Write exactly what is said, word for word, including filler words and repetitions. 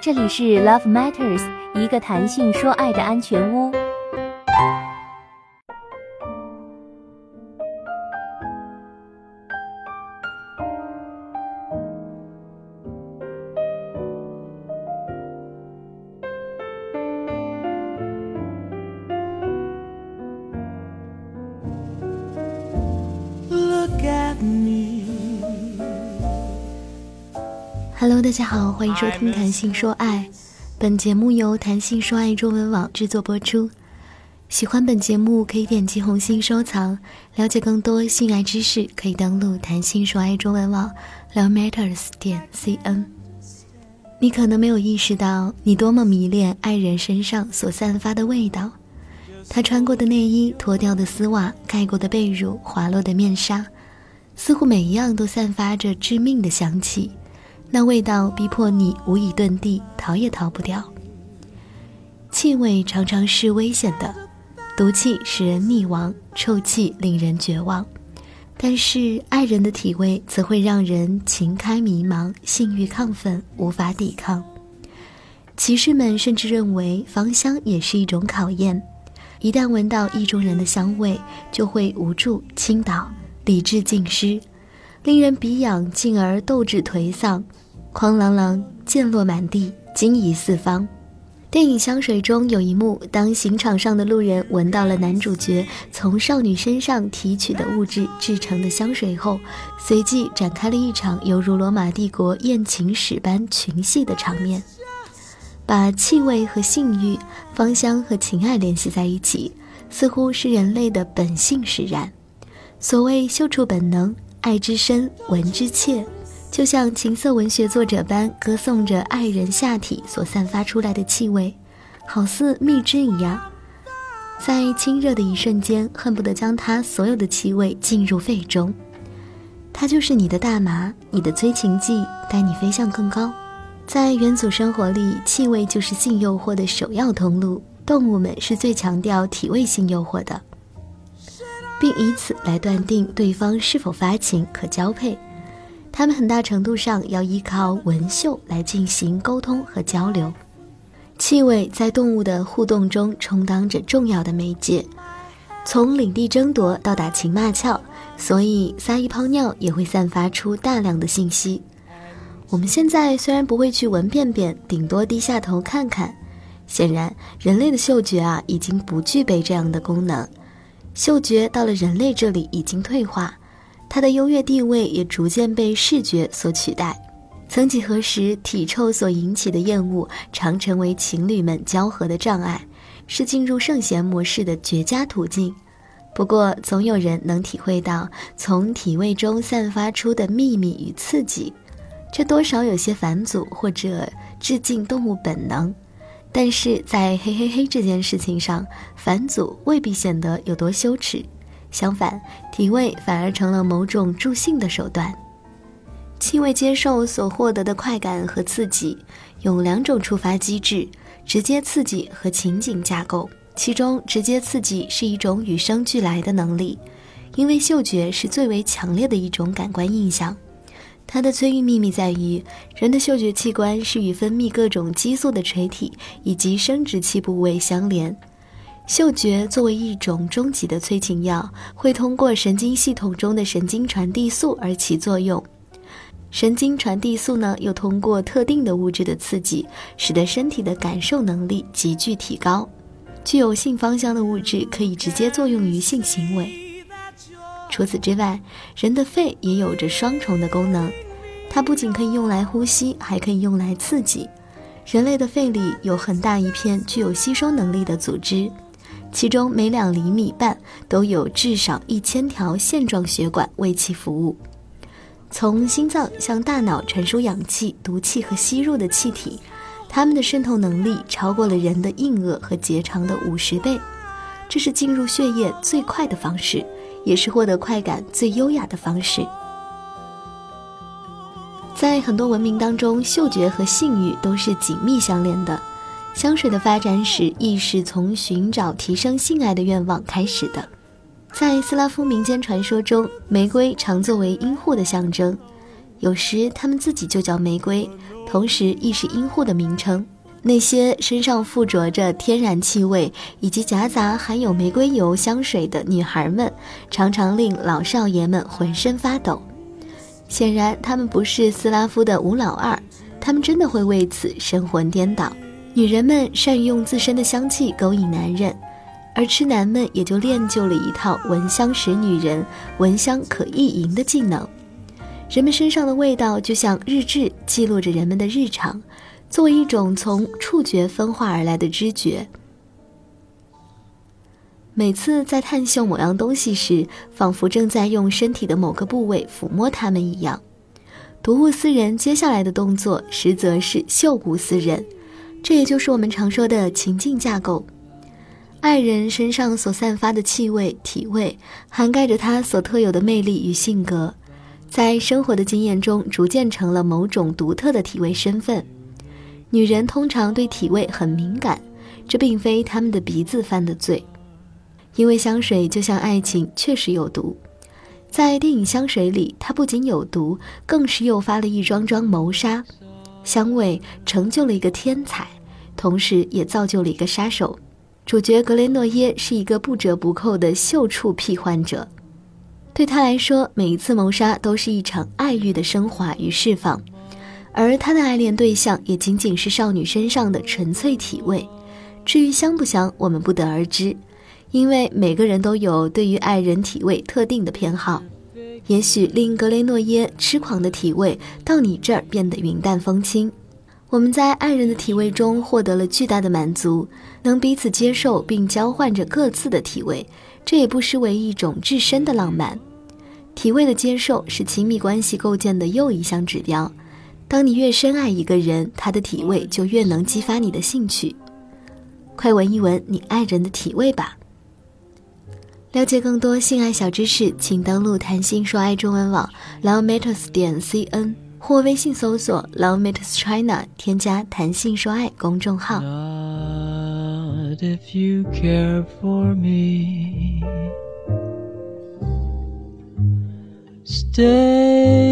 这里是 Love Matters， 一个谈性说爱的安全屋。 Hello， 大家好，欢迎收听谈性说爱。本节目由谈性说爱中文网制作播出。喜欢本节目可以点击红心收藏，了解更多性爱知识可以登录谈性说爱中文网 love matters 点 c n。 你可能没有意识到你多么迷恋爱人身上所散发的味道，他穿过的内衣，脱掉的丝袜，盖过的被褥，滑落的面纱，似乎每一样都散发着致命的香气，那味道逼迫你无以遁地，逃也逃不掉。气味常常是危险的，毒气使人溺亡，臭气令人绝望，但是爱人的体味则会让人情开迷茫，性欲亢奋，无法抵抗。骑士们甚至认为芳香也是一种考验，一旦闻到意中人的香味，就会无助倾倒，理智尽失，令人鼻痒，进而斗志颓丧，哐啷啷，溅落满地，惊疑四方。电影《香水》中有一幕，当刑场上的路人闻到了男主角从少女身上提取的物质制成的香水后，随即展开了一场犹如罗马帝国艳情史般群戏的场面，把气味和性欲、芳香和情爱联系在一起，似乎是人类的本性使然。所谓嗅触本能，爱之深，闻之切，就像情色文学作者般歌颂着爱人下体所散发出来的气味，好似蜜汁一样，在亲热的一瞬间，恨不得将它所有的气味进入肺中。它就是你的大麻，你的催情剂，带你飞向更高。在元祖生活里，气味就是性诱惑的首要通路，动物们是最强调体味性诱惑的，并以此来断定对方是否发情可交配。他们很大程度上要依靠闻嗅来进行沟通和交流。气味在动物的互动中充当着重要的媒介，从领地争夺到打情骂俏，所以撒一泡尿也会散发出大量的信息。我们现在虽然不会去闻便便，顶多低下头看看，显然人类的嗅觉啊已经不具备这样的功能，嗅觉到了人类这里已经退化，它的优越地位也逐渐被视觉所取代。曾几何时，体臭所引起的厌恶常成为情侣们交合的障碍，是进入圣贤模式的绝佳途径。不过总有人能体会到从体味中散发出的秘密与刺激，这多少有些反祖或者致敬动物本能。但是在嘿嘿嘿这件事情上，反祖未必显得有多羞耻，相反，体味反而成了某种助兴的手段。气味接受所获得的快感和刺激有两种触发机制，直接刺激和情景架构。其中直接刺激是一种与生俱来的能力，因为嗅觉是最为强烈的一种感官印象。它的催孕秘密在于，人的嗅觉器官是与分泌各种激素的垂体以及生殖器部位相连。嗅觉作为一种终极的催情药，会通过神经系统中的神经传递素而起作用。神经传递素呢，又通过特定的物质的刺激，使得身体的感受能力急剧提高。具有性芳香的物质可以直接作用于性行为。除此之外，人的肺也有着双重的功能，它不仅可以用来呼吸，还可以用来刺激。人类的肺里有很大一片具有吸收能力的组织，其中每两厘米半都有至少一千条线状血管为其服务。从心脏向大脑传输氧气、毒气和吸入的气体，它们的渗透能力超过了人的硬腭和结肠的五十倍。这是进入血液最快的方式，也是获得快感最优雅的方式。在很多文明当中，嗅觉和性欲都是紧密相连的。香水的发展史亦是从寻找提升性爱的愿望开始的。在斯拉夫民间传说中，玫瑰常作为阴户的象征， 有时它们自己就叫玫瑰，同时亦是阴户的名称。那些身上附着着天然气味以及夹杂含有玫瑰油香水的女孩们，常常令老少爷们浑身发抖。显然他们不是斯拉夫的吴老二，他们真的会为此神魂颠倒。女人们善于用自身的香气勾引男人，而痴男们也就练就了一套闻香识女人、闻香可意淫的技能。人们身上的味道就像日志，记录着人们的日常，作为一种从触觉分化而来的知觉。每次在探嗅某样东西时，仿佛正在用身体的某个部位抚摸它们一样。睹物思人接下来的动作实则是嗅物思人，这也就是我们常说的情境架构。爱人身上所散发的气味、体味，涵盖着他所特有的魅力与性格，在生活的经验中逐渐成了某种独特的体味身份。女人通常对体味很敏感，这并非她们的鼻子犯的罪。因为香水就像爱情，确实有毒。在电影《香水》里，它不仅有毒，更是诱发了一桩桩谋杀。香味成就了一个天才，同时也造就了一个杀手。主角格雷诺耶是一个不折不扣的嗅触癖患者，对他来说，每一次谋杀都是一场爱欲的升华与释放，而他的爱恋对象也仅仅是少女身上的纯粹体味。至于香不香，我们不得而知，因为每个人都有对于爱人体味特定的偏好。也许令格雷诺耶痴狂的体味到你这儿变得云淡风轻。我们在爱人的体味中获得了巨大的满足，能彼此接受并交换着各自的体味，这也不失为一种至深的浪漫。体味的接受是亲密关系构建的又一项指标。当你越深爱一个人，他的体味就越能激发你的兴趣。快闻一闻你爱人的体味吧。了解更多性爱小知识，请登录谈性说爱中文网 love matters 点 c n 或微信搜索 Love Matters China， 添加谈性说爱公众号。 Not if you care for me, stay